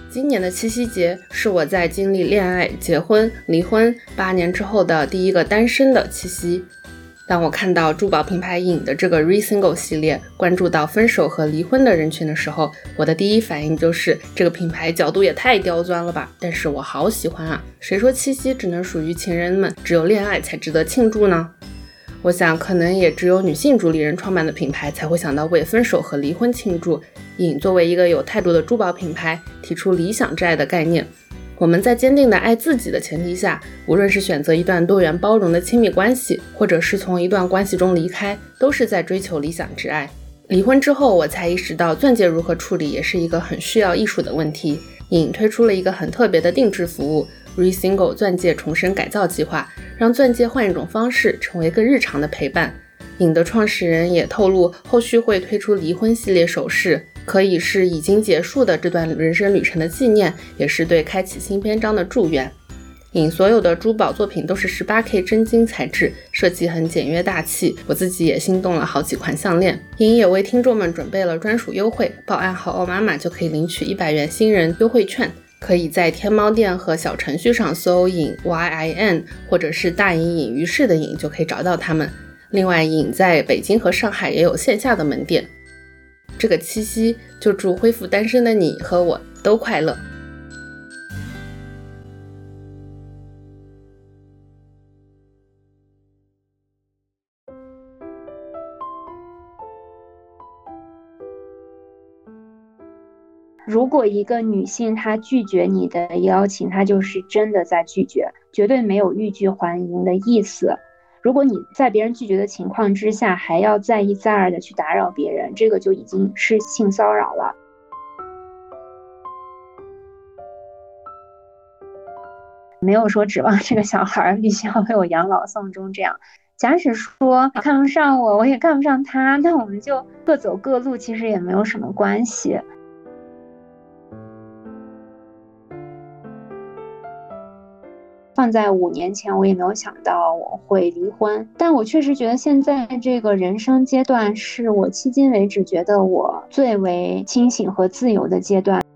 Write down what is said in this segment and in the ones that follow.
今年的七夕节是我在经历恋爱、结婚、离婚8年之后的第一个单身的七夕。当我看到珠宝品牌影的这个 Re-Single 系列关注到分手和离婚的人群的时候，我的第一反应就是这个品牌角度也太刁钻了吧，但是我好喜欢啊！谁说七夕只能属于情人们，只有恋爱才值得庆祝呢？我想可能也只有女性主理人创办的品牌才会想到为分手和离婚庆祝。影作为一个有态度的珠宝品牌，提出理想之爱的概念。我们在坚定的爱自己的前提下，无论是选择一段多元包容的亲密关系，或者是从一段关系中离开，都是在追求理想之爱。离婚之后，我才意识到钻戒如何处理也是一个很需要艺术的问题。影推出了一个很特别的定制服务 Re-Single 钻戒重生改造计划，让钻戒换一种方式成为更日常的陪伴。影的创始人也透露，后续会推出离婚系列首饰，可以是已经结束的这段人生旅程的纪念，也是对开启新篇章的祝愿。影所有的珠宝作品都是 18K 真金材质，设计很简约大气，我自己也心动了好几款项链。影也为听众们准备了专属优惠，报暗号奥妈妈就可以领取100元新人优惠券，可以在天猫店和小程序上搜影 YIN 或者是大隐隐于市的影就可以找到他们。另外影在北京和上海也有线下的门店。这个七夕就祝恢复单身的你和我都快乐。 如果一个女性她拒绝你的邀请，她就是真的在拒绝，绝对没有欲拒还迎的意思。如果你在别人拒绝的情况之下还要再一再二的去打扰别人，这个就已经是性骚扰了。没有说指望这个小孩必须要为我养老送终这样，假使说看不上我，我也看不上他，那我们就各走各路，其实也没有什么关系。放在5年前，我也没有想到我会离婚，但我确实觉得现在这个人生阶段是我迄今为止觉得我最为清醒和自由的阶段。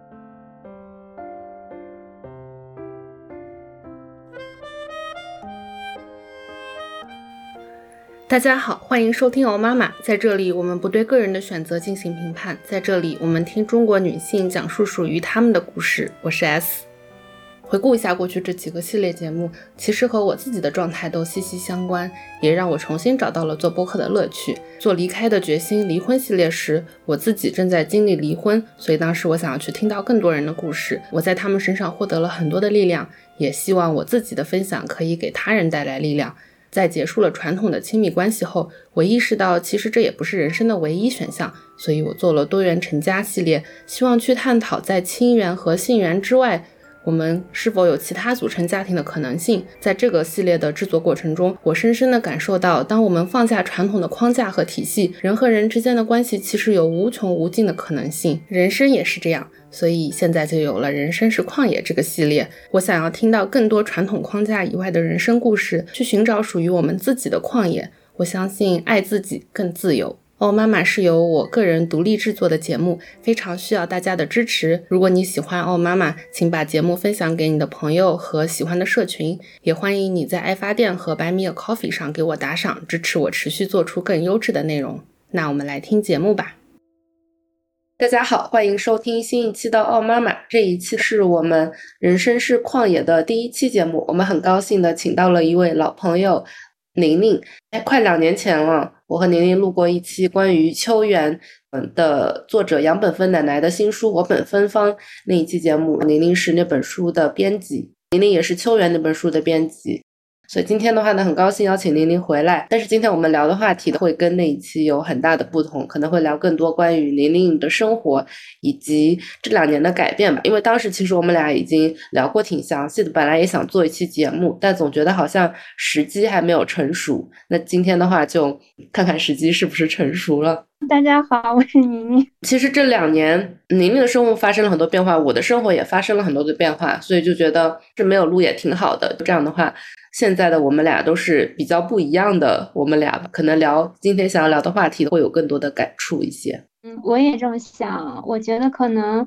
大家好，欢迎收听欧妈妈。在这里我们不对个人的选择进行评判，在这里我们听中国女性讲述属于她们的故事。我是 S。回顾一下过去这几个系列节目，其实和我自己的状态都息息相关，也让我重新找到了做播客的乐趣。做离开的决心离婚系列时，我自己正在经历离婚，所以当时我想要去听到更多人的故事，我在他们身上获得了很多的力量，也希望我自己的分享可以给他人带来力量。在结束了传统的亲密关系后，我意识到其实这也不是人生的唯一选项，所以我做了多元成家系列，希望去探讨在亲缘和性缘之外，我们是否有其他组成家庭的可能性。在这个系列的制作过程中，我深深地感受到，当我们放下传统的框架和体系，人和人之间的关系其实有无穷无尽的可能性，人生也是这样。所以现在就有了人生是旷野这个系列，我想要听到更多传统框架以外的人生故事，去寻找属于我们自己的旷野。我相信爱自己更自由。妈妈是由我个人独立制作的节目，非常需要大家的支持。如果你喜欢妈妈，请把节目分享给你的朋友和喜欢的社群，也欢迎你在爱发电和 Buy Me a Coffee 上给我打赏，支持我持续做出更优质的内容。那我们来听节目吧。大家好，欢迎收听新一期的妈妈。这一期是我们人生是旷野的第1期节目，我们很高兴的请到了一位老朋友宁宁。快2年前了，我和宁宁录过一期关于秋园的作者杨本芬奶奶的新书《我本芬芳》那一期节目，宁宁是那本书的编辑，宁宁也是秋园那本书的编辑。所以今天的话呢，很高兴邀请宁宁回来，但是今天我们聊的话题会跟那一期有很大的不同，可能会聊更多关于宁宁的生活以及这2年的改变吧。因为当时其实我们俩已经聊过挺详细的，本来也想做一期节目，但总觉得好像时机还没有成熟。那今天的话就看看时机是不是成熟了。 大家好，我是宁宁。 其实这2年宁宁的生活发生了很多变化，我的生活也发生了很多的变化，所以就觉得这没有录也挺好的。这样的话，现在的我们俩都是比较不一样的，我们俩可能聊今天想要聊的话题会有更多的感触一些。 我也这么想，我觉得可能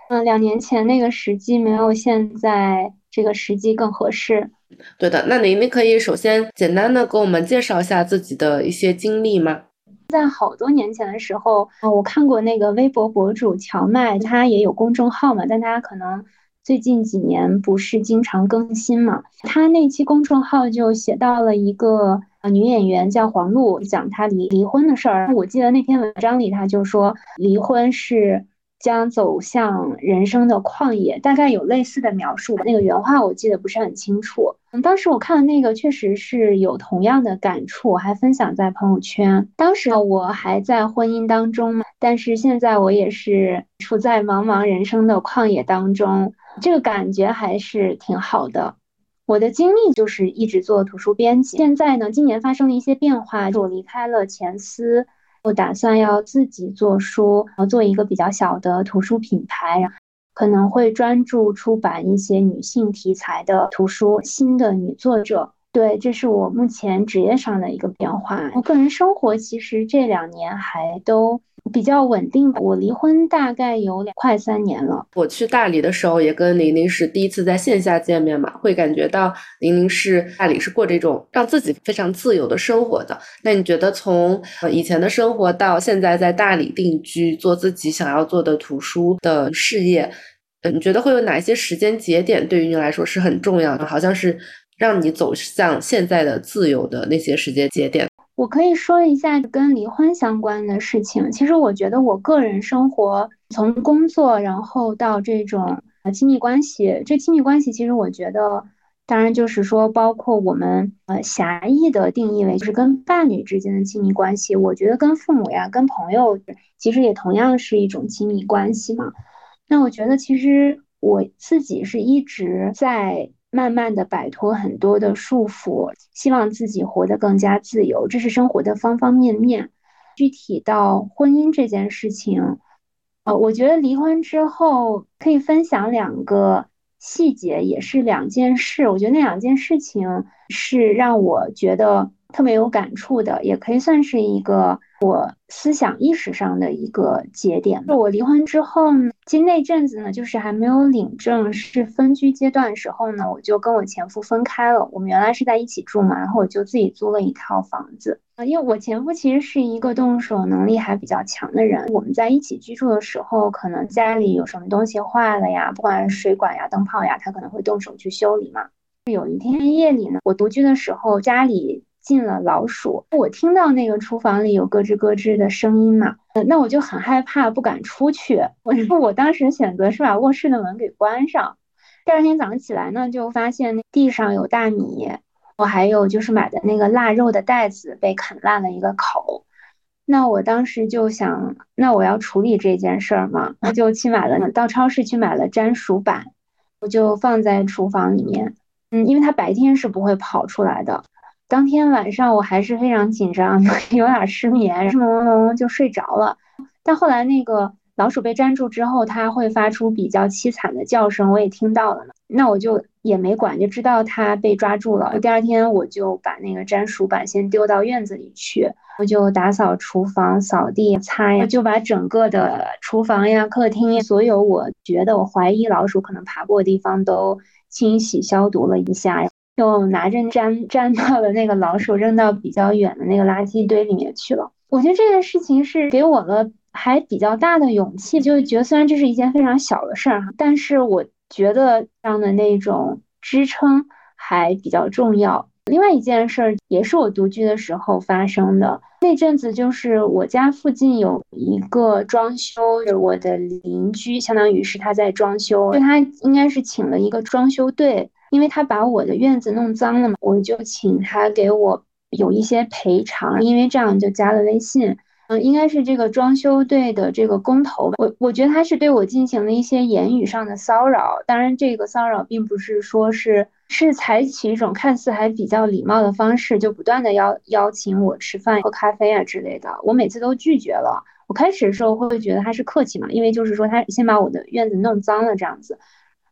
2年前那个时机没有现在这个时机更合适。 对的，那您可以首先简单的给我们介绍一下自己的一些经历吗？ 在好多年前的时候，我看过那个微博博主荞麦，他也有公众号嘛，但他可能最近几年不是经常更新嘛。他那期公众号就写到了一个女演员叫黄璐，讲她离婚的事儿。我记得那篇文章里，他就说离婚是将走向人生的旷野，大概有类似的描述。那个原话我记得不是很清楚。当时我看的那个确实是有同样的感触，我还分享在朋友圈。当时我还在婚姻当中嘛，但是现在我也是处在茫茫人生的旷野当中，这个感觉还是挺好的。我的经历就是一直做图书编辑，现在呢，今年发生了一些变化，我离开了前司，我打算要自己做书，做一个比较小的图书品牌，可能会专注出版一些女性题材的图书，新的女作者。对，这是我目前职业上的一个变化。我个人生活其实这2年还都比较稳定吧。我离婚大概有快3年了。 我去大理的时候也跟玲玲是第一次在线下见面嘛，会感觉到玲玲是大理是过这种让自己非常自由的生活的。那你觉得从以前的生活到现在在大理定居，做自己想要做的图书的事业，你觉得会有哪一些时间节点对于你来说是很重要的，好像是让你走向现在的自由的那些时间节点？ 我可以说一下跟离婚相关的事情。其实我觉得我个人生活从工作然后到这种亲密关系，这亲密关系其实我觉得当然就是说包括我们狭义的定义为就是跟伴侣之间的亲密关系，我觉得跟父母呀跟朋友其实也同样是一种亲密关系嘛。那我觉得其实我自己是一直在慢慢的摆脱很多的束缚，希望自己活得更加自由，这是生活的方方面面。具体到婚姻这件事情，我觉得离婚之后可以分享2个细节，也是2件事。我觉得那2件事情是让我觉得特别有感触的，也可以算是一个我思想意识上的一个节点。就我离婚之后呢，其实那阵子呢，就是还没有领证，是分居阶段的时候呢，我就跟我前夫分开了。我们原来是在一起住嘛，然后我就自己租了一套房子。因为我前夫其实是一个动手能力还比较强的人，我们在一起居住的时候，可能家里有什么东西坏了呀，不管是水管呀、灯泡呀，他可能会动手去修理嘛。有一天夜里呢，我独居的时候，家里进了老鼠，我听到那个厨房里有咯吱咯吱的声音嘛，那我就很害怕，不敢出去。我当时选择是把卧室的门给关上。第2天早上起来呢，就发现地上有大米，我还有就是买的那个腊肉的袋子被啃烂了一个口。那我当时就想，那我要处理这件事儿嘛，我就到超市去买了粘鼠板，我就放在厨房里面。因为它白天是不会跑出来的。当天晚上我还是非常紧张，有点失眠，朦朦胧胧就睡着了。但后来那个老鼠被粘住之后，它会发出比较凄惨的叫声，我也听到了。那我就也没管，就知道它被抓住了。第2天我就把那个粘鼠板先丢到院子里去，我就打扫厨房、扫地、擦呀，就把整个的厨房呀、客厅呀，所有我觉得我怀疑老鼠可能爬过的地方都清洗消毒了一下，又拿着粘到的那个老鼠扔到比较远的那个垃圾堆里面去了。我觉得这件事情是给我了还比较大的勇气，就觉得虽然这是一件非常小的事儿，但是我觉得这样的那种支撑还比较重要。另外一件事儿也是我独居的时候发生的，那阵子就是我家附近有一个装修，我的邻居相当于是他在装修，就他应该是请了一个装修队，因为他把我的院子弄脏了嘛，我就请他给我有一些赔偿，因为这样就加了微信。应该是这个装修队的这个工头吧，我觉得他是对我进行了一些言语上的骚扰，当然这个骚扰并不是说是采取一种看似还比较礼貌的方式，就不断的邀请我吃饭、喝咖啡啊之类的，我每次都拒绝了。我开始的时候会觉得他是客气嘛，因为就是说他先把我的院子弄脏了这样子。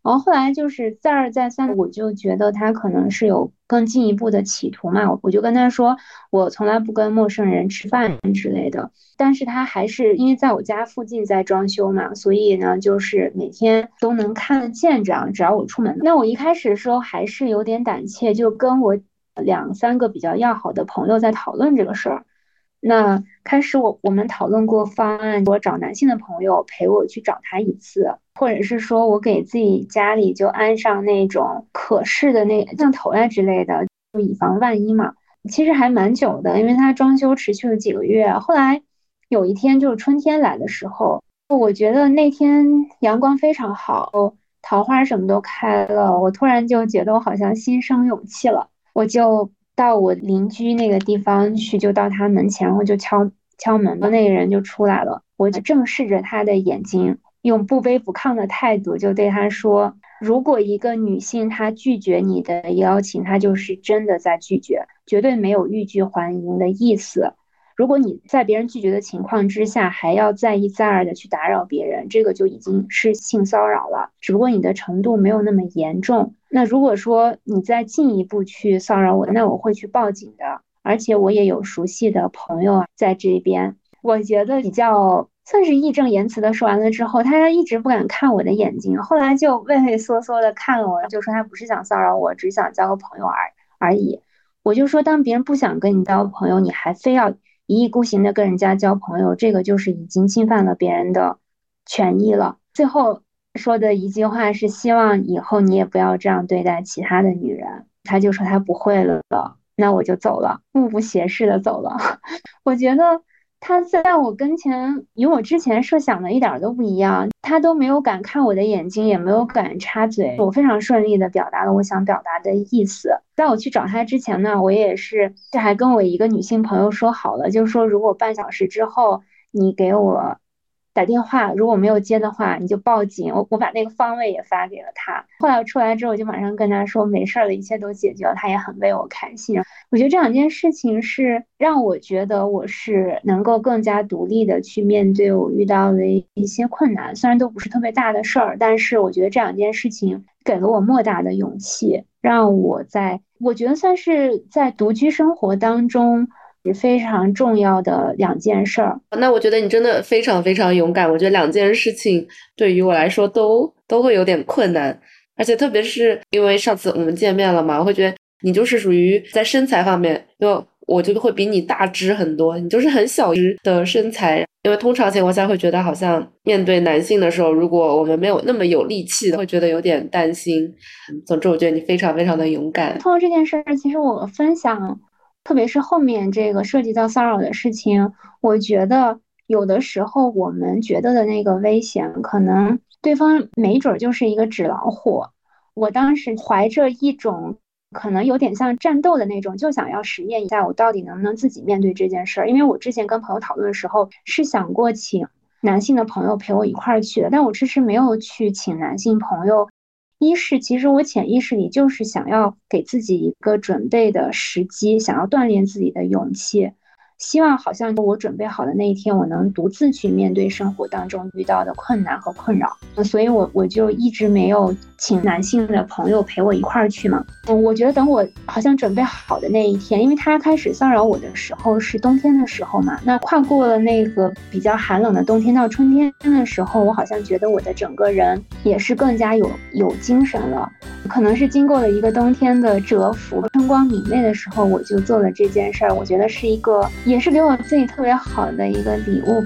然后后来就是再二再三，我就觉得他可能是有更进一步的企图嘛，我就跟他说，我从来不跟陌生人吃饭之类的。但是他还是因为在我家附近在装修嘛，所以呢，就是每天都能看得见这样，只要我出门。那我一开始的时候还是有点胆怯，就跟我两三个比较要好的朋友在讨论这个事儿。那开始我们讨论过方案，我找男性的朋友陪我去找他一次，或者是说我给自己家里就安上那种可视的那像头呀之类的，就以防万一嘛。其实还蛮久的，因为他装修持续了几个月。后来有一天就是春天来的时候，我觉得那天阳光非常好，桃花什么都开了，我突然就觉得我好像心生勇气了。我就到我邻居那个地方去，就到他门前，然后就敲敲门，那个人就出来了。我就正视着他的眼睛，用不卑不亢的态度就对他说：如果一个女性她拒绝你的邀请，她就是真的在拒绝，绝对没有欲拒还迎的意思。如果你在别人拒绝的情况之下，还要再一再二的去打扰别人，这个就已经是性骚扰了，只不过你的程度没有那么严重。那如果说你再进一步去骚扰我，那我会去报警的，而且我也有熟悉的朋友在这边。我觉得比较算是义正言辞的说完了之后，他一直不敢看我的眼睛，后来就畏畏缩缩的看了我，就说他不是想骚扰我，只想交个朋友而已。我就说，当别人不想跟你交朋友，你还非要一意孤行的跟人家交朋友，这个就是已经侵犯了别人的权益了。最后说的一句话是希望以后你也不要这样对待其他的女人。他就说他不会了，那我就走了，目不斜视的走了。我觉得他在我跟前与我之前设想的一点都不一样，他都没有敢看我的眼睛，也没有敢插嘴，我非常顺利的表达了我想表达的意思。在我去找他之前呢，我也是还跟我一个女性朋友说好了，就是说如果半小时之后你给我打电话，如果没有接的话，你就报警。我把那个方位也发给了他。后来我出来之后，我就马上跟他说没事了，一切都解决了。他也很为我开心。我觉得这两件事情是让我觉得我是能够更加独立的去面对我遇到的一些困难，虽然都不是特别大的事儿，但是我觉得这两件事情给了我莫大的勇气，让我觉得算是在独居生活当中是非常重要的两件事儿。 那我觉得你真的非常非常勇敢。我觉得两件事情对于我来说都会有点困难，而且特别是因为上次我们见面了嘛，我会觉得你就是属于在身材方面，因为我就会比你大只很多，你就是很小只的身材。因为通常情况下会觉得好像面对男性的时候，如果我们没有那么有力气的，会觉得有点担心。总之我觉得你非常非常的勇敢。 通过这件事儿，其实我分享特别是后面这个涉及到骚扰的事情，我觉得有的时候我们觉得的那个危险，可能对方没准就是一个纸老虎。我当时怀着一种可能有点像战斗的那种，就想要实验一下我到底能不能自己面对这件事儿。因为我之前跟朋友讨论的时候是想过请男性的朋友陪我一块儿去的，但我迟迟没有去请男性朋友。一是其实我潜意识里就是想要给自己一个准备的时机，想要锻炼自己的勇气，希望好像我准备好的那一天，我能独自去面对生活当中遇到的困难和困扰。所以我就一直没有请男性的朋友陪我一块儿去嘛。我觉得等我好像准备好的那一天，因为他开始骚扰我的时候是冬天的时候嘛，那跨过了那个比较寒冷的冬天到春天的时候，我好像觉得我的整个人也是更加有精神了。可能是经过了一个冬天的蛰伏，春光明媚的时候，我就做了这件事儿。我觉得是一个，也是给我自己特别好的一个礼物。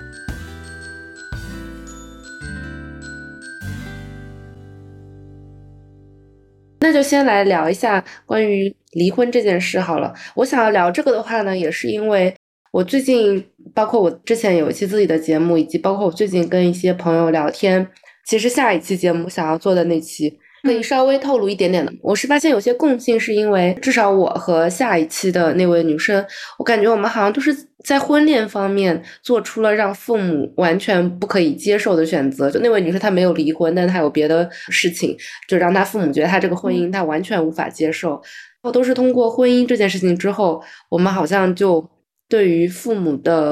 那就先来聊一下关于离婚这件事好了。我想要聊这个的话呢，也是因为我最近，包括我之前有一期自己的节目，以及包括我最近跟一些朋友聊天，其实下一期节目想要做的那期可以稍微透露一点点的。我是发现有些共性，是因为至少我和下一期的那位女生，我感觉我们好像都是在婚恋方面做出了让父母完全不可以接受的选择。就那位女生她没有离婚，但她有别的事情，就让她父母觉得她这个婚姻她完全无法接受。都是通过婚姻这件事情之后，我们好像就对于父母的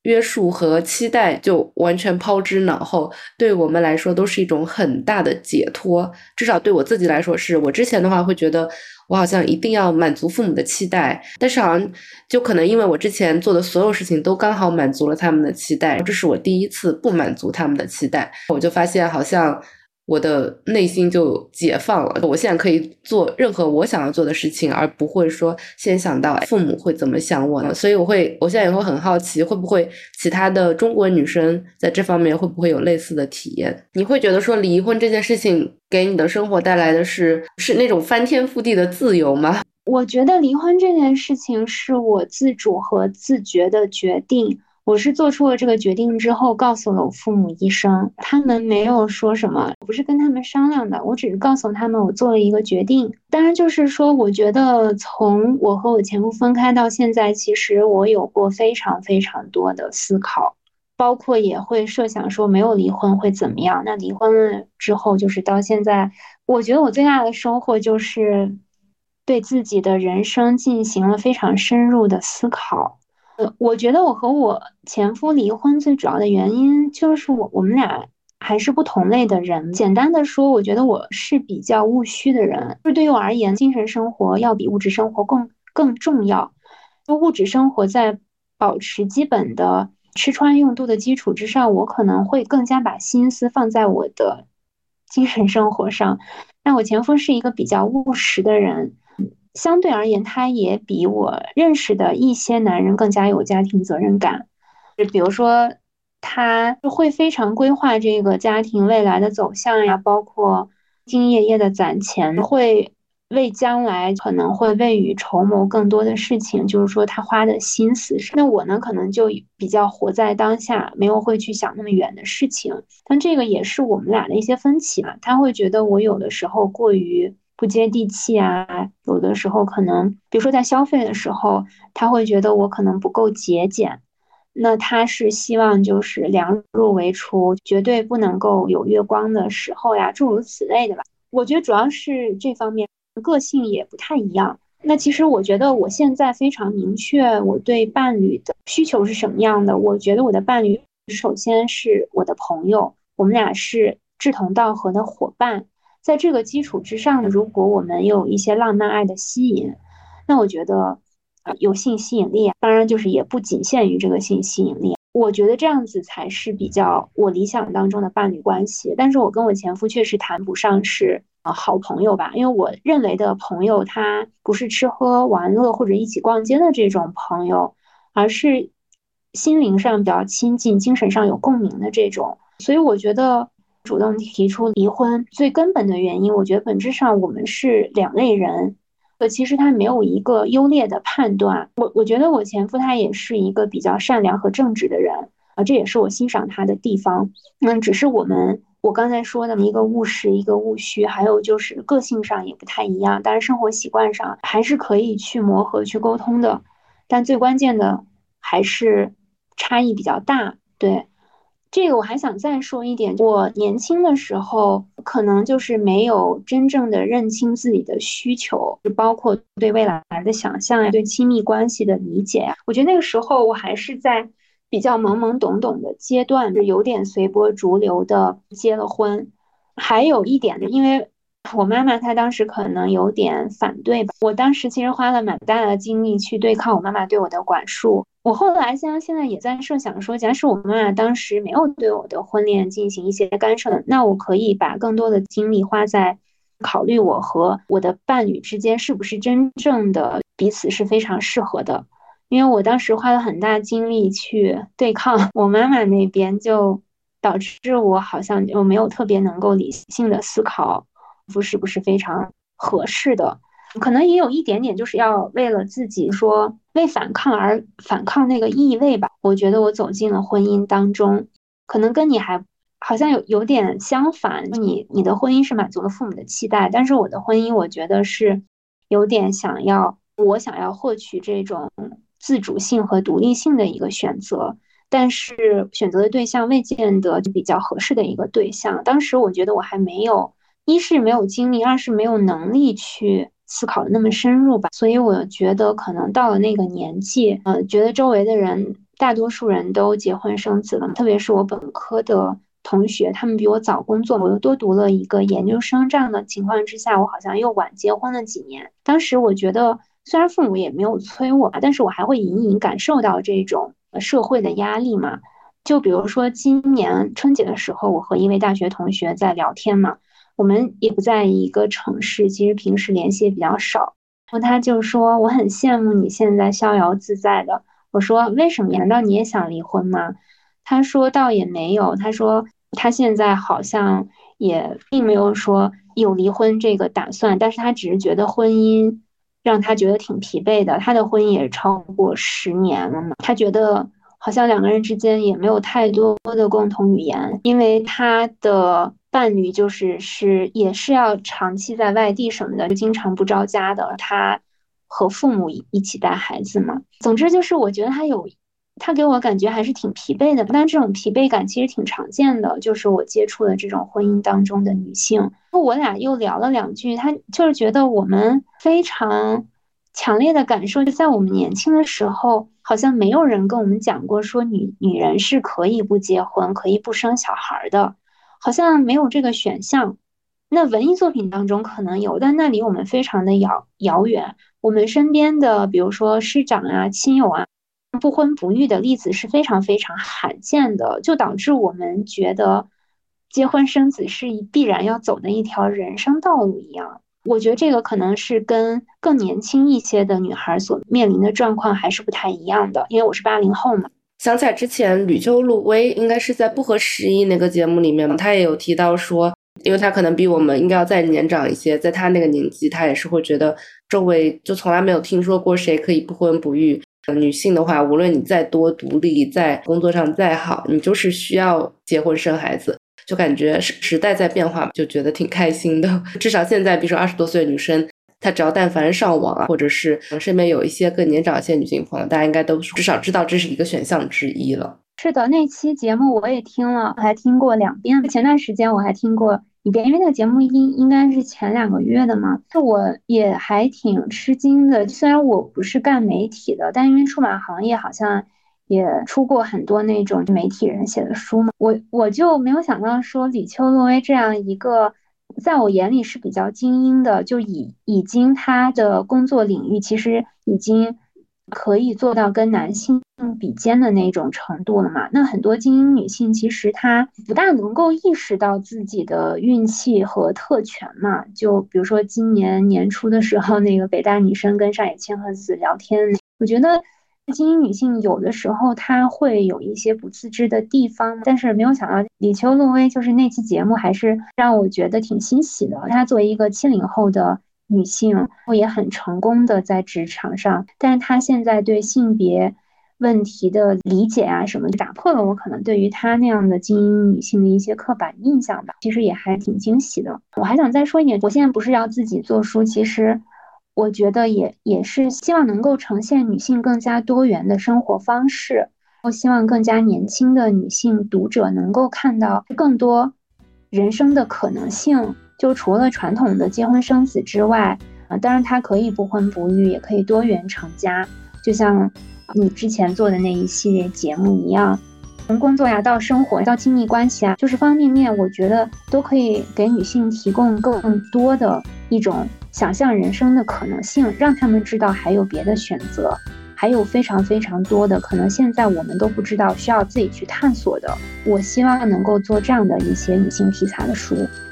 约束和期待就完全抛之脑后，对我们来说都是一种很大的解脱。至少对我自己来说是，我之前的话会觉得我好像一定要满足父母的期待，但是好像就可能因为我之前做的所有事情都刚好满足了他们的期待，这是我第一次不满足他们的期待，我就发现好像我的内心就解放了，我现在可以做任何我想要做的事情，而不会说先想到父母会怎么想我呢。所以我现在也会很好奇，会不会其他的中国女生在这方面会不会有类似的体验？你会觉得说离婚这件事情给你的生活带来的是那种翻天覆地的自由吗？ 我觉得离婚这件事情是我自主和自觉的决定。我是做出了这个决定之后，告诉了我父母一声，他们没有说什么，不是跟他们商量的，我只是告诉他们我做了一个决定。当然，就是说，我觉得从我和我前夫分开到现在，其实我有过非常非常多的思考，包括也会设想说没有离婚会怎么样。那离婚了之后，就是到现在，我觉得我最大的收获就是对自己的人生进行了非常深入的思考。我觉得我和我前夫离婚最主要的原因就是我们俩还是不同类的人。简单的说，我觉得我是比较务虚的人，就是对于我而言，精神生活要比物质生活更重要。就物质生活在保持基本的吃穿用度的基础之上，我可能会更加把心思放在我的精神生活上。那我前夫是一个比较务实的人。相对而言，他也比我认识的一些男人更加有家庭责任感。就比如说，他会非常规划这个家庭未来的走向呀，包括兢兢业业的攒钱，会为将来可能会未雨绸缪更多的事情。就是说，他花的心思是。那我呢，可能就比较活在当下，没有会去想那么远的事情。但这个也是我们俩的一些分歧嘛。他会觉得我有的时候过于不接地气啊，有的时候可能，比如说在消费的时候，他会觉得我可能不够节俭。那他是希望就是量入为出，绝对不能够有月光的时候呀，诸如此类的吧。我觉得主要是这方面，个性也不太一样。那其实我觉得我现在非常明确我对伴侣的需求是什么样的。我觉得我的伴侣首先是我的朋友，我们俩是志同道合的伙伴。在这个基础之上，如果我们有一些浪漫爱的吸引，那我觉得有性吸引力，当然就是也不仅限于这个性吸引力。我觉得这样子才是比较我理想当中的伴侣关系。但是我跟我前夫确实谈不上是好朋友吧，因为我认为的朋友他不是吃喝玩乐或者一起逛街的这种朋友，而是心灵上比较亲近、精神上有共鸣的这种。所以我觉得主动提出离婚最根本的原因，我觉得本质上我们是两类人。其实他没有一个优劣的判断。我觉得我前夫他也是一个比较善良和正直的人这也是我欣赏他的地方。只是我刚才说的一个务实，一个务虚，还有就是个性上也不太一样，但是生活习惯上还是可以去磨合、去沟通的。但最关键的还是差异比较大。对。这个我还想再说一点，我年轻的时候可能就是没有真正的认清自己的需求，就包括对未来的想象呀，对亲密关系的理解呀。我觉得那个时候我还是在比较懵懵懂懂的阶段，就有点随波逐流的结了婚。还有一点呢，因为我妈妈她当时可能有点反对吧，我当时其实花了蛮大的精力去对抗我妈妈对我的管束。我后来现在也在设想说，假使我妈妈当时没有对我的婚恋进行一些干涉，那我可以把更多的精力花在考虑我和我的伴侣之间是不是真正的彼此是非常适合的。因为我当时花了很大精力去对抗我妈妈那边，就导致我好像就没有特别能够理性的思考是不是非常合适的。可能也有一点点就是要为了自己说为反抗而反抗那个意味吧。我觉得我走进了婚姻当中，可能跟你还好像有点相反。你的婚姻是满足了父母的期待，但是我的婚姻我觉得是有点我想要获取这种自主性和独立性的一个选择，但是选择的对象未见得比较合适的一个对象。当时我觉得我还没有，一是没有精力，二是没有能力去思考的那么深入吧。所以我觉得可能到了那个年纪，觉得周围的人大多数人都结婚生子了，特别是我本科的同学，他们比我早工作，我又多读了一个研究生，这样的情况之下，我好像又晚结婚了几年。当时我觉得，虽然父母也没有催我吧，但是我还会隐隐感受到这种社会的压力嘛。就比如说今年春节的时候，我和一位大学同学在聊天嘛，我们也不在一个城市，其实平时联系也比较少。然后他就说，我很羡慕你现在逍遥自在的。我说为什么？难道你也想离婚吗？他说倒也没有，他说他现在好像也并没有说有离婚这个打算，但是他只是觉得婚姻让他觉得挺疲惫的。他的婚姻也超过10年了嘛，他觉得好像两个人之间也没有太多的共同语言，因为他的伴侣也是要长期在外地什么的，就经常不着家的。他和父母一起带孩子嘛。总之就是我觉得他给我感觉还是挺疲惫的，但这种疲惫感其实挺常见的，就是我接触的这种婚姻当中的女性。我俩又聊了2句，他就是觉得我们非常强烈的感受，就在我们年轻的时候，好像没有人跟我们讲过说女人是可以不结婚，可以不生小孩的，好像没有这个选项。那文艺作品当中可能有，但那离我们非常的遥远。我们身边的，比如说师长啊、亲友啊，不婚不育的例子是非常非常罕见的，就导致我们觉得结婚生子是必然要走的一条人生道路一样。我觉得这个可能是跟更年轻一些的女孩所面临的状况还是不太一样的，因为我是80后嘛。 想起来之前吕秋露薇应该是在不合时宜那个节目里面，她也有提到说，因为她可能比我们应该要再年长一些，在她那个年纪，她也是会觉得周围就从来没有听说过谁可以不婚不育。女性的话，无论你再多独立，在工作上再好，你就是需要结婚生孩子。就感觉时代在变化，就觉得挺开心的。至少现在比如说20多岁的女生，她只要但凡上网啊，或者是身边有一些更年长一些女性朋友，大家应该都至少知道这是一个选项之一了。 是的，那期节目我也听了，还听过2遍。前段时间我还听过1遍，因为那个节目应该是前2个月的嘛，我也还挺吃惊的。虽然我不是干媒体的，但因为出版行业好像也出过很多那种媒体人写的书嘛，我就没有想到说李秋洛薇这样一个在我眼里是比较精英的，就已经他的工作领域其实已经可以做到跟男性比肩的那种程度了嘛。那很多精英女性其实她不大能够意识到自己的运气和特权嘛。就比如说今年年初的时候，那个北大女生跟上野千鹤子聊天，我觉得精英女性有的时候她会有一些不自知的地方，但是没有想到李秋露薇就是那期节目还是让我觉得挺欣喜的。她作为一个70后的女性，也很成功的在职场上，但是她现在对性别问题的理解啊什么，就打破了我可能对于她那样的精英女性的一些刻板印象吧，其实也还挺惊喜的。我还想再说一点，我现在不是要自己做书，其实我觉得也是希望能够呈现女性更加多元的生活方式，我希望更加年轻的女性读者能够看到更多人生的可能性，就除了传统的结婚生子之外，当然她可以不婚不育，也可以多元成家，就像你之前做的那一系列节目一样，从工作呀到生活到亲密关系啊，就是方方面面，我觉得都可以给女性提供更多的一种想象人生的可能性，让他们知道还有别的选择，还有非常非常多的可能现在我们都不知道，需要自己去探索的。我希望能够做这样的一些女性题材的书。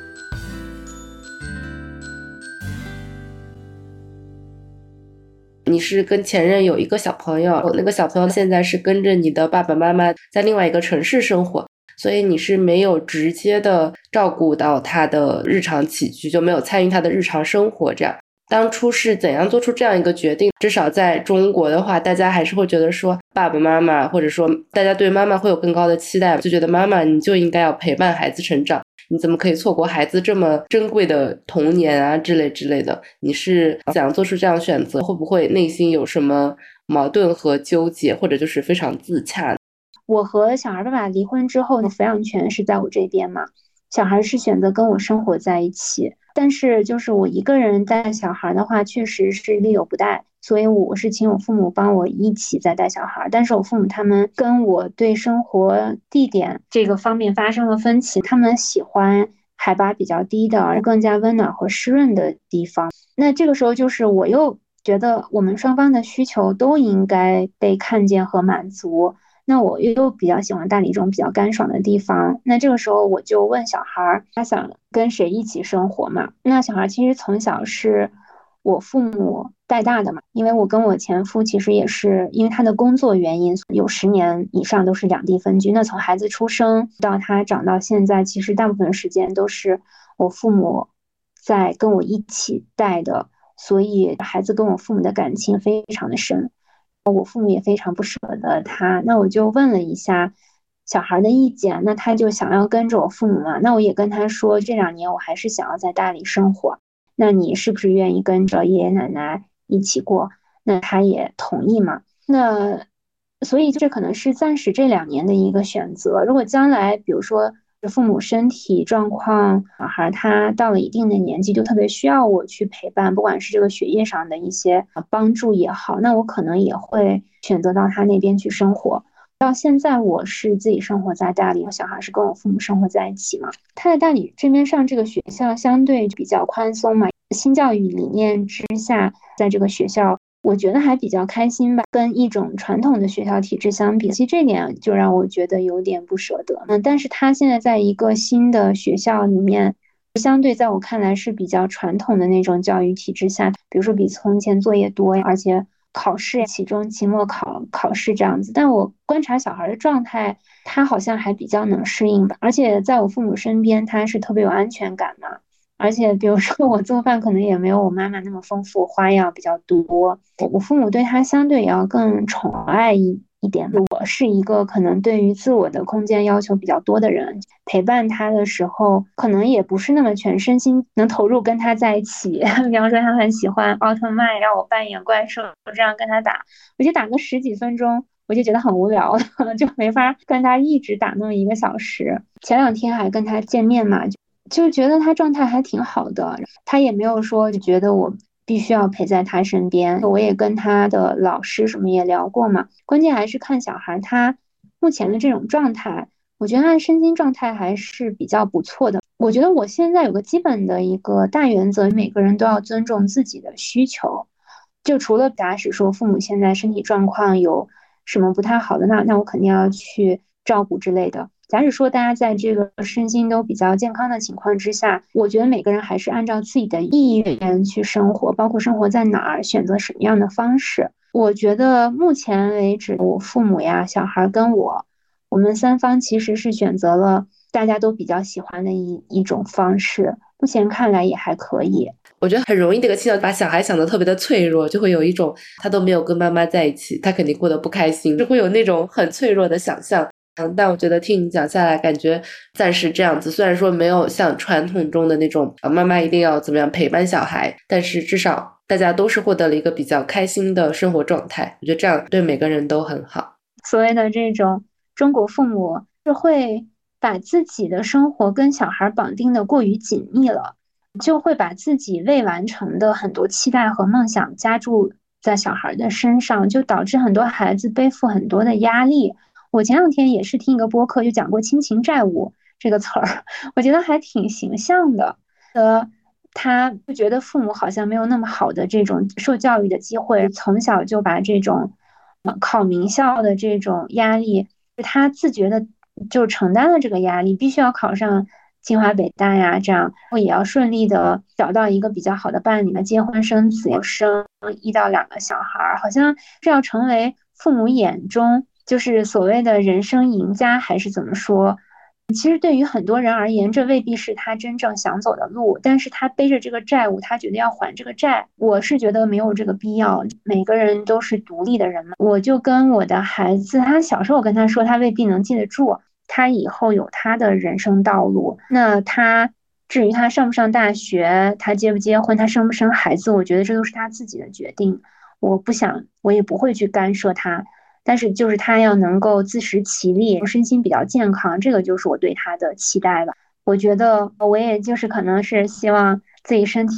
你是跟前任有一个小朋友，那个小朋友现在是跟着你的爸爸妈妈在另外一个城市生活，所以你是没有直接的照顾到他的日常起居，就没有参与他的日常生活。这样当初是怎样做出这样一个决定？至少在中国的话，大家还是会觉得说爸爸妈妈，或者说大家对妈妈会有更高的期待，就觉得妈妈你就应该要陪伴孩子成长，你怎么可以错过孩子这么珍贵的童年啊之类的。你是怎样做出这样选择？会不会内心有什么矛盾和纠结，或者就是非常自洽？ 我和小孩爸爸离婚之后呢，抚养权是在我这边嘛，小孩是选择跟我生活在一起，但是就是我一个人带小孩的话，确实是力有不逮， 所以我是请我父母帮我一起在带小孩，但是我父母他们跟我对生活地点这个方面发生了分歧，他们喜欢海拔比较低的而更加温暖和湿润的地方。那这个时候就是我又觉得我们双方的需求都应该被看见和满足，那我又比较喜欢大理这种比较干爽的地方。那这个时候我就问小孩他想跟谁一起生活嘛。那小孩其实从小是我父母带大的嘛，因为我跟我前夫其实也是因为他的工作原因，有10年以上都是两地分居。那从孩子出生到他长到现在，其实大部分时间都是我父母在跟我一起带的，所以孩子跟我父母的感情非常的深，我父母也非常不舍得他。那我就问了一下小孩的意见，那他就想要跟着我父母嘛。那我也跟他说，这2年我还是想要在大理生活，那你是不是愿意跟着爷爷奶奶一起过？那他也同意嘛。那所以这可能是暂时这2年的一个选择。如果将来比如说父母身体状况，小孩他到了一定的年纪就特别需要我去陪伴，不管是这个学业上的一些帮助也好，那我可能也会选择到他那边去生活。到现在我是自己生活在大理，我小孩是跟我父母生活在一起嘛。他在大理这边上这个学校相对比较宽松嘛，新教育理念之下，在这个学校我觉得还比较开心吧，跟一种传统的学校体制相比，其实这点就让我觉得有点不舍得。但是他现在在一个新的学校里面，相对在我看来是比较传统的那种教育体制下，比如说比从前作业多，而且考试期中期末考试这样子。但我观察小孩的状态，他好像还比较能适应吧，而且在我父母身边他是特别有安全感嘛。而且比如说我做饭可能也没有我妈妈那么丰富，花样比较多，我父母对他相对也要更宠爱一点。我是一个可能对于自我的空间要求比较多的人，陪伴他的时候可能也不是那么全身心能投入跟他在一起。比方说他很喜欢奥特曼，让我扮演怪兽这样跟他打，我就打个10几分钟我就觉得很无聊了，就没法跟他一直打那么1个小时。前2天还跟他见面嘛，就觉得他状态还挺好的，他也没有说就觉得我必须要陪在他身边。我也跟他的老师什么也聊过嘛，关键还是看小孩他目前的这种状态，我觉得他的身心状态还是比较不错的。我觉得我现在有个基本的一个大原则，每个人都要尊重自己的需求。就除了假使说父母现在身体状况有什么不太好的，那我肯定要去照顾之类的。假使说大家在这个身心都比较健康的情况之下，我觉得每个人还是按照自己的意愿去生活，包括生活在哪儿，选择什么样的方式。我觉得目前为止，我父母呀、小孩跟我们3方其实是选择了大家都比较喜欢的一种方式，目前看来也还可以。 我觉得很容易这个气到把小孩想得特别的脆弱，就会有一种他都没有跟妈妈在一起，他肯定过得不开心，就会有那种很脆弱的想象。但我觉得听你讲下来，感觉暂时这样子，虽然说没有像传统中的那种妈妈一定要怎么样陪伴小孩，但是至少大家都是获得了一个比较开心的生活状态，我觉得这样对每个人都很好。 所谓的这种中国父母是会把自己的生活跟小孩绑定的过于紧密了，就会把自己未完成的很多期待和梦想加注在小孩的身上，就导致很多孩子背负很多的压力。我前2天也是听一个播客，就讲过亲情债务这个词儿，我觉得还挺形象的。他就觉得父母好像没有那么好的这种受教育的机会，从小就把这种考名校的这种压力，他自觉的就承担了这个压力，必须要考上清华北大呀，这样也要顺利的找到一个比较好的伴侣，结婚生子，生1到2个小孩，好像是要成为父母眼中就是所谓的人生赢家，还是怎么说。其实对于很多人而言，这未必是他真正想走的路，但是他背着这个债务，他觉得要还这个债，我是觉得没有这个必要。每个人都是独立的人嘛，我就跟我的孩子，他小时候我跟他说，他未必能记得住，他以后有他的人生道路。那他至于他上不上大学，他结不结婚，他生不生孩子，我觉得这都是他自己的决定，我不想，我也不会去干涉他。但是就是他要能够自食其力，身心比较健康，这个就是我对他的期待吧。我觉得我也就是可能是希望自己身体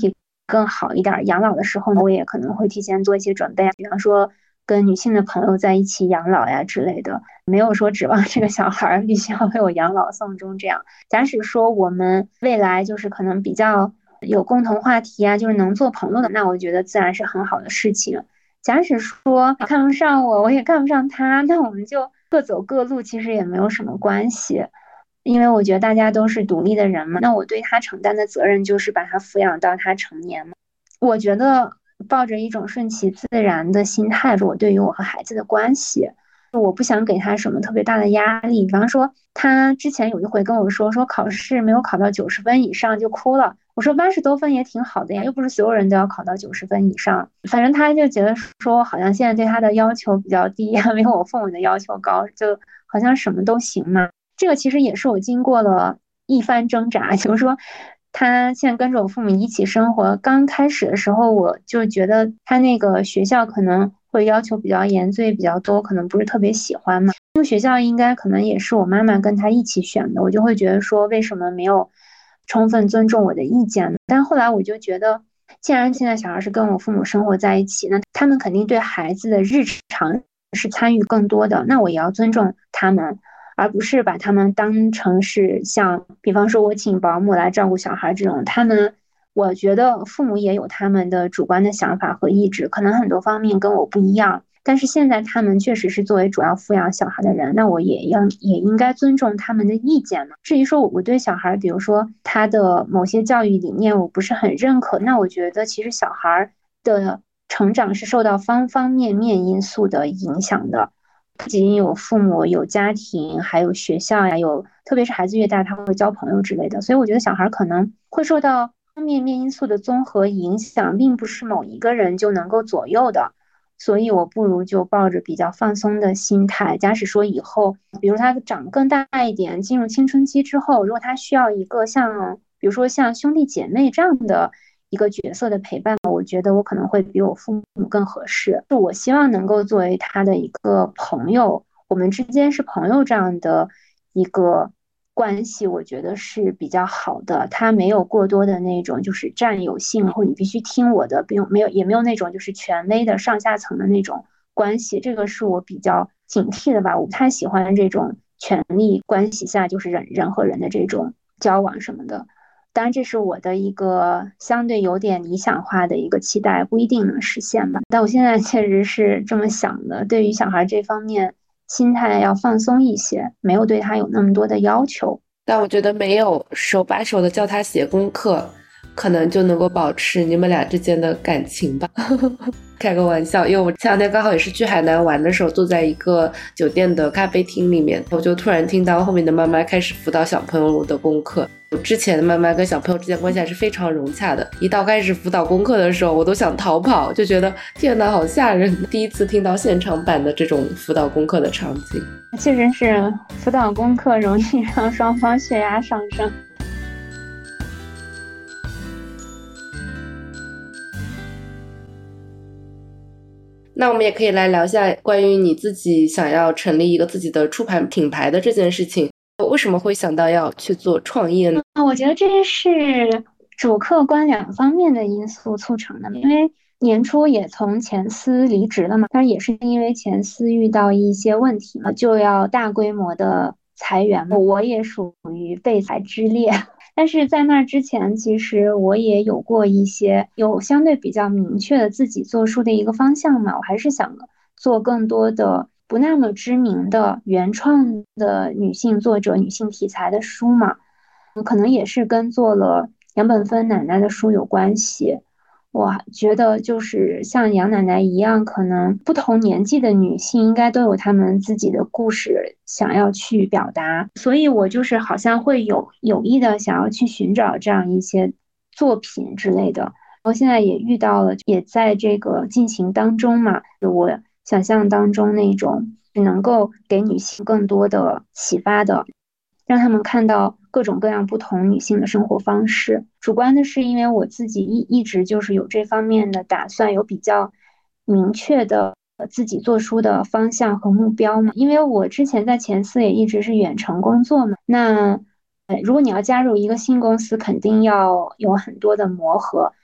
更好一点，养老的时候呢，我也可能会提前做一些准备，比方说跟女性的朋友在一起养老呀之类的，没有说指望这个小孩必须要为我养老送终这样。假使说我们未来就是可能比较有共同话题啊，就是能做朋友的，那我觉得自然是很好的事情。假使说看不上我，我也看不上他，那我们就各走各路，其实也没有什么关系。因为我觉得大家都是独立的人嘛，那我对他承担的责任就是把他抚养到他成年嘛。我觉得抱着一种顺其自然的心态，我对于我和孩子的关系，我不想给他什么特别大的压力。比方说，他之前有一回跟我说考试没有考到90分以上就哭了。我说80多分也挺好的呀，又不是所有人都要考到90分以上。反正他就觉得说，好像现在对他的要求比较低，没有我父母的要求高，就好像什么都行嘛。这个其实也是我经过了一番挣扎，比如说他现在跟着我父母一起生活，刚开始的时候我就觉得他那个学校可能会要求比较严，作业比较多，可能不是特别喜欢嘛。这个学校应该可能也是我妈妈跟他一起选的，我就会觉得说为什么没有充分尊重我的意见呢？但后来我就觉得，既然现在小孩是跟我父母生活在一起，那他们肯定对孩子的日常是参与更多的，那我也要尊重他们，而不是把他们当成是像比方说我请保姆来照顾小孩这种，我觉得父母也有他们的主观的想法和意志，可能很多方面跟我不一样，但是现在他们确实是作为主要抚养小孩的人，那我也应该尊重他们的意见嘛。至于说我对小孩，比如说他的某些教育理念我不是很认可，那我觉得其实小孩的成长是受到方方面面因素的影响的。不仅有父母、有家庭，还有学校呀，特别是孩子越大，他会交朋友之类的。所以我觉得小孩可能会受到方方面面因素的综合影响，并不是某一个人就能够左右的。所以我不如就抱着比较放松的心态，假使说以后，比如他长更大一点，进入青春期之后，如果他需要一个比如说像兄弟姐妹这样的一个角色的陪伴，我觉得我可能会比我父母更合适。就我希望能够作为他的一个朋友，我们之间是朋友这样的一个关系，我觉得是比较好的。他没有过多的那种就是占有性，或你必须听我的，也没有那种就是权威的上下层的那种关系。这个是我比较警惕的吧。我不太喜欢这种权力关系下就是人和人的这种交往什么的。当然这是我的一个相对有点理想化的一个期待，不一定能实现吧。但我现在确实是这么想的，对于小孩这方面心态要放松一些，没有对他有那么多的要求。 但我觉得没有手把手的教他写功课，可能就能够保持你们俩之间的感情吧。开个玩笑，因为我前两天刚好也是去海南玩的时候，坐在一个酒店的咖啡厅里面，我就突然听到后面的妈妈开始辅导小朋友的功课。之前的妈妈跟小朋友之间关系还是非常融洽的，一到开始辅导功课的时候，我都想逃跑，就觉得天哪，好吓人！第一次听到现场版的这种辅导功课的场景， 确实是辅导功课容易让双方血压上升。 那我们也可以来聊一下关于你自己想要成立一个自己的出版品牌的这件事情，为什么会想到要去做创业呢？ 我觉得这是主客观两方面的因素促成的，因为年初也从前司离职了嘛，但也是因为前司遇到一些问题嘛，就要大规模的裁员嘛，我也属于被裁之列。但是在那之前，其实我也有过有相对比较明确的自己做书的一个方向嘛，我还是想做更多的不那么知名的原创的女性作者、女性题材的书嘛，可能也是跟做了杨本芬奶奶的书有关系。我觉得就是像杨奶奶一样，可能不同年纪的女性应该都有她们自己的故事想要去表达，所以我就是好像会有意的想要去寻找这样一些作品之类的。我现在也遇到了，也在这个进行当中嘛，我想象当中那种能够给女性更多的启发的，让他们看到各种各样不同女性的生活方式。主观的是因为我自己一直就是有这方面的打算，有比较明确的自己做书的方向和目标嘛。因为我之前在前司也一直是远程工作嘛，那如果你要加入一个新公司，肯定要有很多的磨合。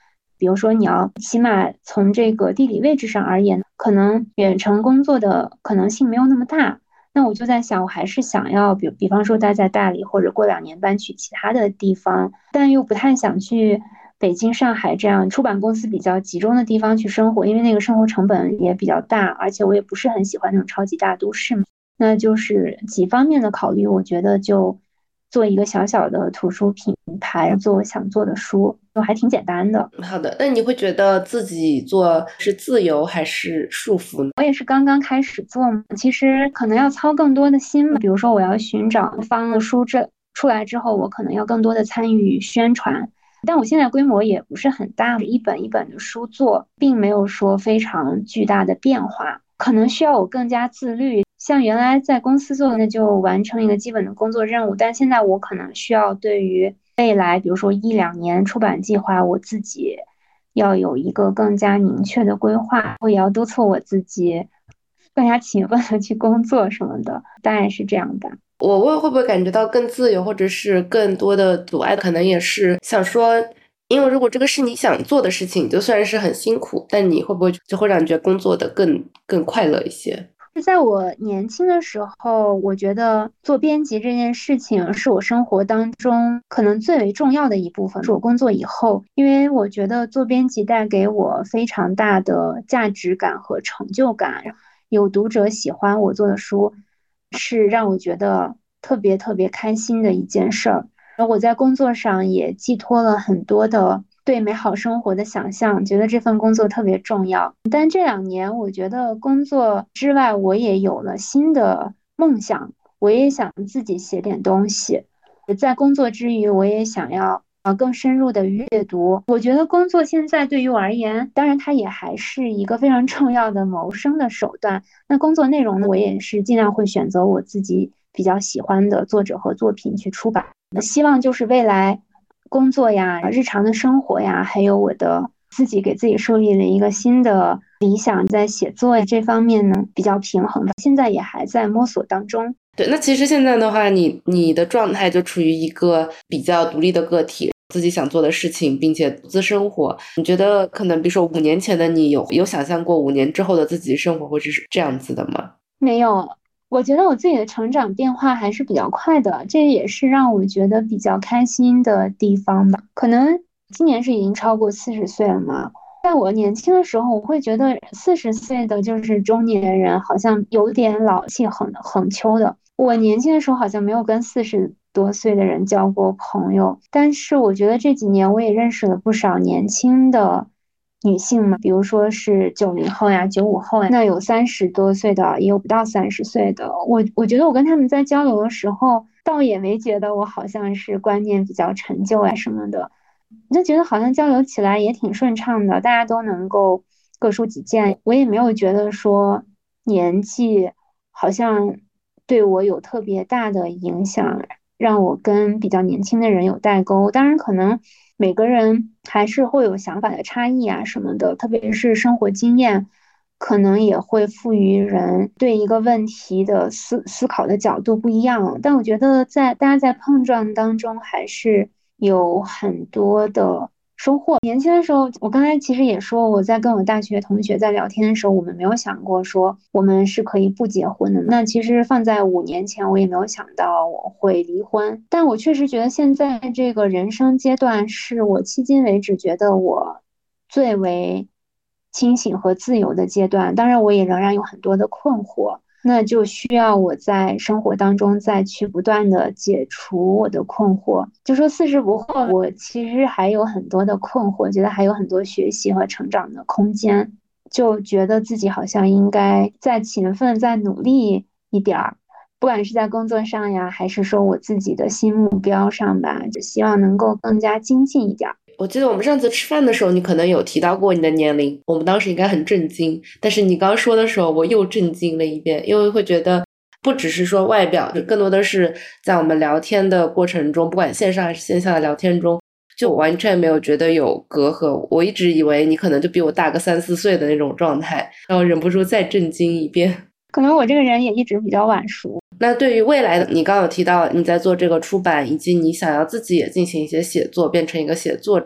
比如说你要起码从这个地理位置上而言，可能远程工作的可能性没有那么大。那我就在想，我还是想要比方说待在大理，或者过2年搬去其他的地方，但又不太想去北京、上海这样出版公司比较集中的地方去生活，因为那个生活成本也比较大，而且我也不是很喜欢那种超级大都市嘛。那就是几方面的考虑，我觉得就做一个小小的图书品牌，做我想做的书，就还挺简单的。 好的，那你会觉得自己做是自由还是束缚呢？ 我也是刚刚开始做嘛，其实可能要操更多的心嘛。比如说，我要寻找方的书出来之后，我可能要更多的参与宣传。但我现在规模也不是很大，一本一本的书做，并没有说非常巨大的变化，可能需要我更加自律。像原来在公司做的，那就完成一个基本的工作任务，但现在我可能需要对于未来，比如说1-2年出版计划，我自己要有一个更加明确的规划，我也要督促我自己更加勤奋的去工作什么的，大概是这样吧。 我问会不会感觉到更自由，或者是更多的阻碍，可能也是想说，因为如果这个是你想做的事情，就虽然是很辛苦，但你会不会就会让你觉得工作的更快乐一些？ 在我年轻的时候，我觉得做编辑这件事情是我生活当中可能最为重要的一部分。是我工作以后，因为我觉得做编辑带给我非常大的价值感和成就感，有读者喜欢我做的书，是让我觉得特别特别开心的一件事儿。然后我在工作上也寄托了很多的对美好生活的想象，觉得这份工作特别重要。但这2年，我觉得工作之外，我也有了新的梦想，我也想自己写点东西。在工作之余，我也想要更深入的阅读。我觉得工作现在对于我而言，当然它也还是一个非常重要的谋生的手段。那工作内容呢，我也是尽量会选择我自己比较喜欢的作者和作品去出版。希望就是未来工作呀、日常的生活呀，还有我的自己给自己树立了一个新的理想，在写作这方面呢比较平衡吧。现在也还在摸索当中。 对，那其实现在的话，你的状态就处于一个比较独立的个体，自己想做的事情，并且独自生活。你觉得可能比如说5年前的你有想象过5年之后的自己生活会是这样子的吗？ 没有，我觉得我自己的成长变化还是比较快的，这也是让我觉得比较开心的地方吧。可能今年是已经超过40岁了嘛，在我年轻的时候，我会觉得40岁的就是中年人，好像有点老气横秋的。我年轻的时候好像没有跟40多岁的人交过朋友，但是我觉得这几年我也认识了不少年轻的女性嘛，比如说是90后呀、95后呀，那有30多岁的，也有不到30岁的。我觉得我跟他们在交流的时候，倒也没觉得我好像是观念比较陈旧啊什么的，就觉得好像交流起来也挺顺畅的，大家都能够各抒己见。我也没有觉得说年纪好像对我有特别大的影响，让我跟比较年轻的人有代沟。当然，可能每个人还是会有想法的差异啊什么的，特别是生活经验，可能也会赋予人对一个问题的思考的角度不一样。但我觉得大家在碰撞当中，还是有很多的收获。年轻的时候，我刚才其实也说，我在跟我大学同学在聊天的时候，我们没有想过说我们是可以不结婚的。那其实放在5年前，我也没有想到我会离婚。但我确实觉得现在这个人生阶段，是我迄今为止觉得我最为清醒和自由的阶段。当然，我也仍然有很多的困惑。那就需要我在生活当中再去不断的解除我的困惑。就说40不惑，我其实还有很多的困惑，觉得还有很多学习和成长的空间，就觉得自己好像应该再勤奋、再努力一点儿，不管是在工作上呀，还是说我自己的新目标上吧，就希望能够更加精进一点。 我记得我们上次吃饭的时候，你可能有提到过你的年龄，我们当时应该很震惊，但是你刚说的时候，我又震惊了一遍，因为会觉得不只是说外表，更多的是在我们聊天的过程中，不管线上还是线下的聊天中，就完全没有觉得有隔阂。我一直以为你可能就比我大个3-4岁的那种状态，然后忍不住再震惊一遍。 可能我这个人也一直比较晚熟。 那对于未来的，你刚刚有提到你在做这个出版，以及你想要自己也进行一些写作，变成一个写作者，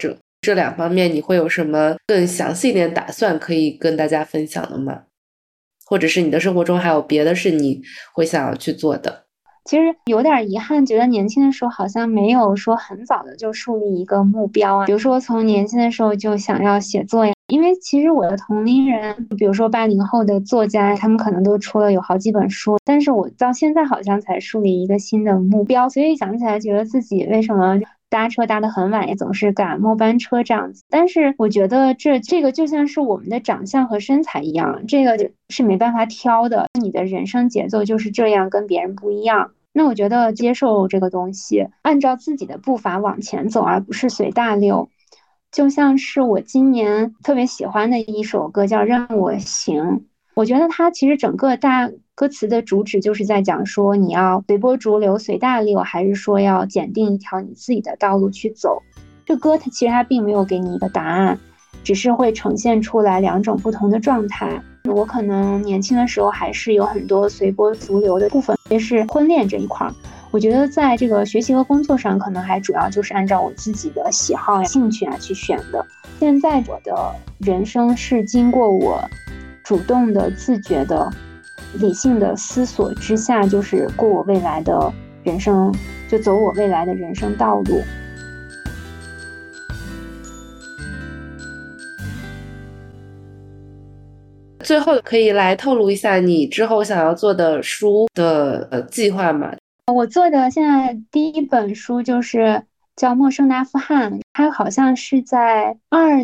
这两方面你会有什么更详细一点打算可以跟大家分享的吗？或者是你的生活中还有别的是你会想要去做的？ 其实有点遗憾，觉得年轻的时候好像没有说很早的就树立一个目标啊，比如说从年轻的时候就想要写作呀。因为其实我的同龄人，比如说80后的作家，他们可能都出了有好几本书，但是我到现在好像才树立一个新的目标，所以想起来觉得自己为什么搭车搭得很晚，也总是赶末班车这样子。但是我觉得这个就像是我们的长相和身材一样，这个是没办法挑的，你的人生节奏就是这样，跟别人不一样。那我觉得接受这个东西，按照自己的步伐往前走，而不是随大流。就像是我今年特别喜欢的一首歌叫《让我行》，我觉得它其实整个大歌词的主旨就是在讲说你要随波逐流随大流，还是说要检定一条你自己的道路去走。这歌它并没有给你一个答案，只是会呈现出来两种不同的状态。我可能年轻的时候还是有很多随波逐流的部分，特别是婚恋这一块。我觉得在这个学习和工作上，可能还主要就是按照我自己的喜好呀、兴趣去选的。现在我的人生是经过我主动的、自觉的、理性的思索之下，就是过我未来的人生，就走我未来的人生道路。 最后可以来透露一下你之后想要做的书的计划吗？ 我做的现在第一本书就是叫《陌生的阿富汗》，它好像是在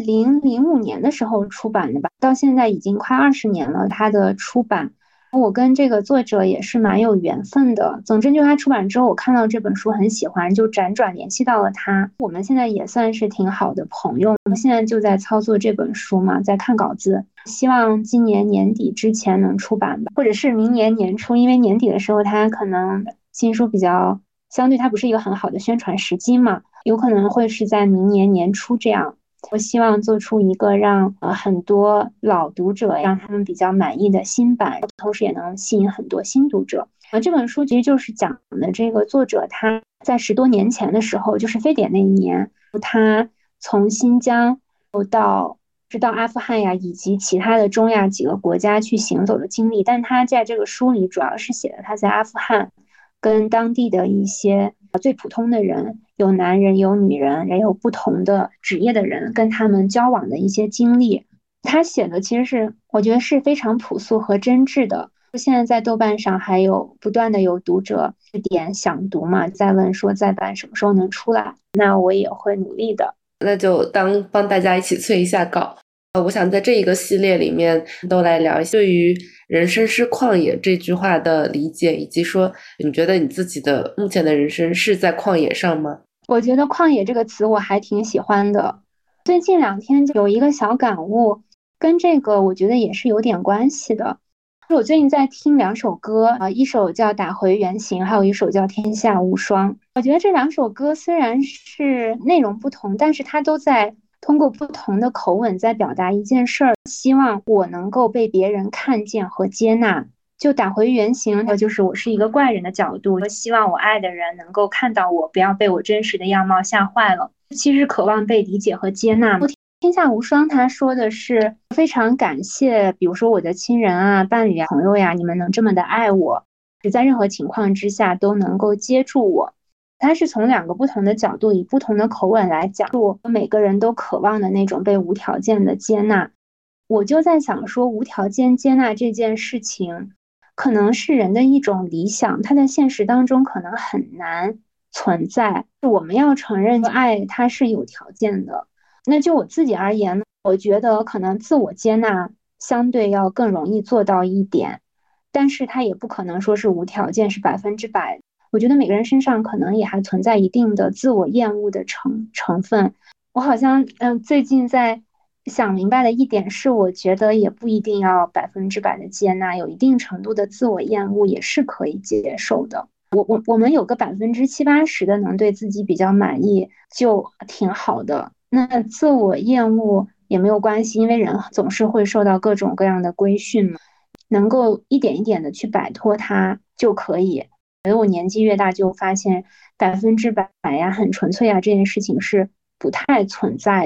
2005年的时候出版的吧，到现在已经快20年了，它的出版。我跟这个作者也是蛮有缘分的。总之，就他出版之后，我看到这本书很喜欢，就辗转联系到了他。我们现在也算是挺好的朋友。我们现在就在操作这本书嘛，在看稿子，希望今年年底之前能出版吧，或者是明年年初，因为年底的时候他可能新书比较相对，它不是一个很好的宣传时机嘛，有可能会是在明年年初这样。我希望做出一个让很多老读者让他们比较满意的新版，同时也能吸引很多新读者。这本书其实就是讲的这个作者他在10多年前的时候，就是非典那一年，他从新疆到阿富汗呀，以及其他的中亚几个国家去行走的经历。但他在这个书里主要是写了他在阿富汗跟当地的一些最普通的人，有男人有女人，也有不同的职业的人，跟他们交往的一些经历。他写的其实是我觉得是非常朴素和真挚的。现在在豆瓣上还有不断的有读者点想读嘛，在问说再版什么时候能出来，那我也会努力的。 那就帮大家一起催一下稿。我想在这一个系列里面都来聊一下对于人生是旷野这句话的理解，以及说你觉得你自己的目前的人生是在旷野上吗？ 我觉得旷野这个词我还挺喜欢的。最近2天有一个小感悟，跟这个我觉得也是有点关系的。我最近在听2首歌，一首叫《打回原形》，还有一首叫《天下无双》。我觉得这2首歌虽然是内容不同，但是它都在通过不同的口吻在表达一件事儿，希望我能够被别人看见和接纳。就打回原形，就是我是一个怪人的角度，我希望我爱的人能够看到我，不要被我真实的样貌吓坏了。其实渴望被理解和接纳。天下无双，他说的是非常感谢，比如说我的亲人啊、伴侣啊、朋友呀，你们能这么的爱我，在任何情况之下都能够接住我。他是从2个不同的角度，以不同的口吻来讲述每个人都渴望的那种被无条件的接纳。我就在想说，无条件接纳这件事情可能是人的一种理想，它在现实当中可能很难存在。我们要承认爱它是有条件的。那就我自己而言，我觉得可能自我接纳相对要更容易做到一点，但是它也不可能说是无条件是100%。我觉得每个人身上可能也还存在一定的自我厌恶的成分。我好像最近在想明白的一点是，我觉得也不一定要100%的接纳，有一定程度的自我厌恶也是可以接受的。我们有个70%-80%的能对自己比较满意就挺好的。那自我厌恶也没有关系，因为人总是会受到各种各样的规训嘛，能够一点一点的去摆脱它就可以。觉得我年纪越大就发现100%呀很纯粹啊这件事情是不太存在的。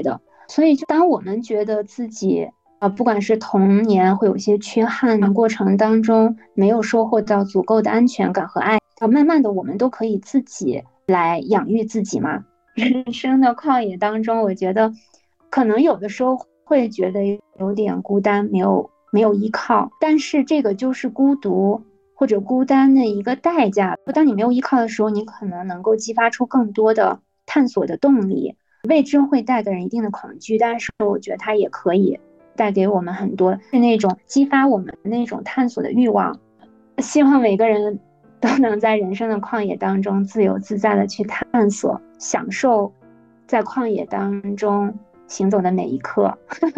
所以就当我们觉得自己不管是童年会有一些缺憾的过程当中没有收获到足够的安全感和爱，慢慢的我们都可以自己来养育自己嘛。人生的旷野当中，我觉得可能有的时候会觉得有点孤单，没有依靠，但是这个就是孤独或者孤单的一个代价。当你没有依靠的时候，你可能能够激发出更多的探索的动力。未知会带给人一定的恐惧，但是我觉得它也可以带给我们很多是那种激发我们那种探索的欲望。希望每个人都能在人生的旷野当中自由自在的去探索，享受在旷野当中行走的每一刻。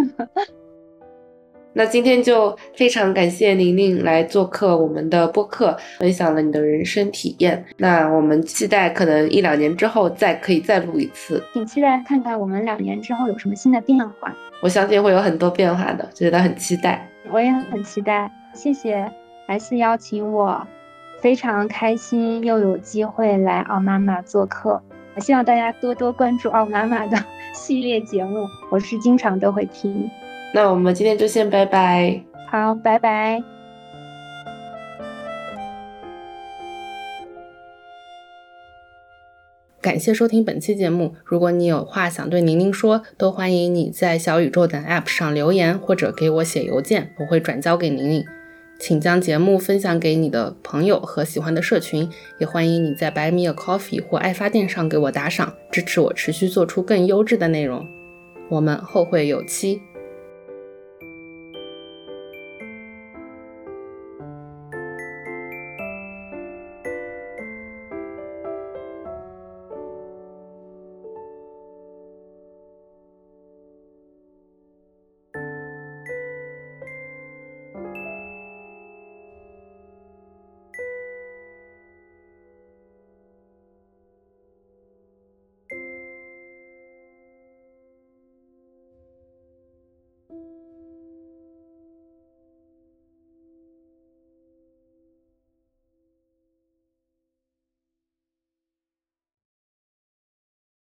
那今天就非常感谢宁宁来做客我们的播客，分享了你的人生体验。那我们期待可能1-2年之后可以再录一次， 挺期待看看我们2年之后有什么新的变化。 我相信会有很多变化的，觉得很期待。 我也很期待，谢谢S邀请我，非常开心又有机会来奥妈妈做客。希望大家多多关注奥妈妈的系列节目，我是经常都会听。 那我们今天就先拜拜。 好，拜拜。 感谢收听本期节目，如果你有话想对宁宁说，都欢迎你在小宇宙等 App 上留言，或者给我写邮件，我会转交给宁宁。请将节目分享给你的朋友和喜欢的社群，也欢迎你在 Buy Me a Coffee 或爱发电上给我打赏，支持我持续做出更优质的内容。我们后会有期。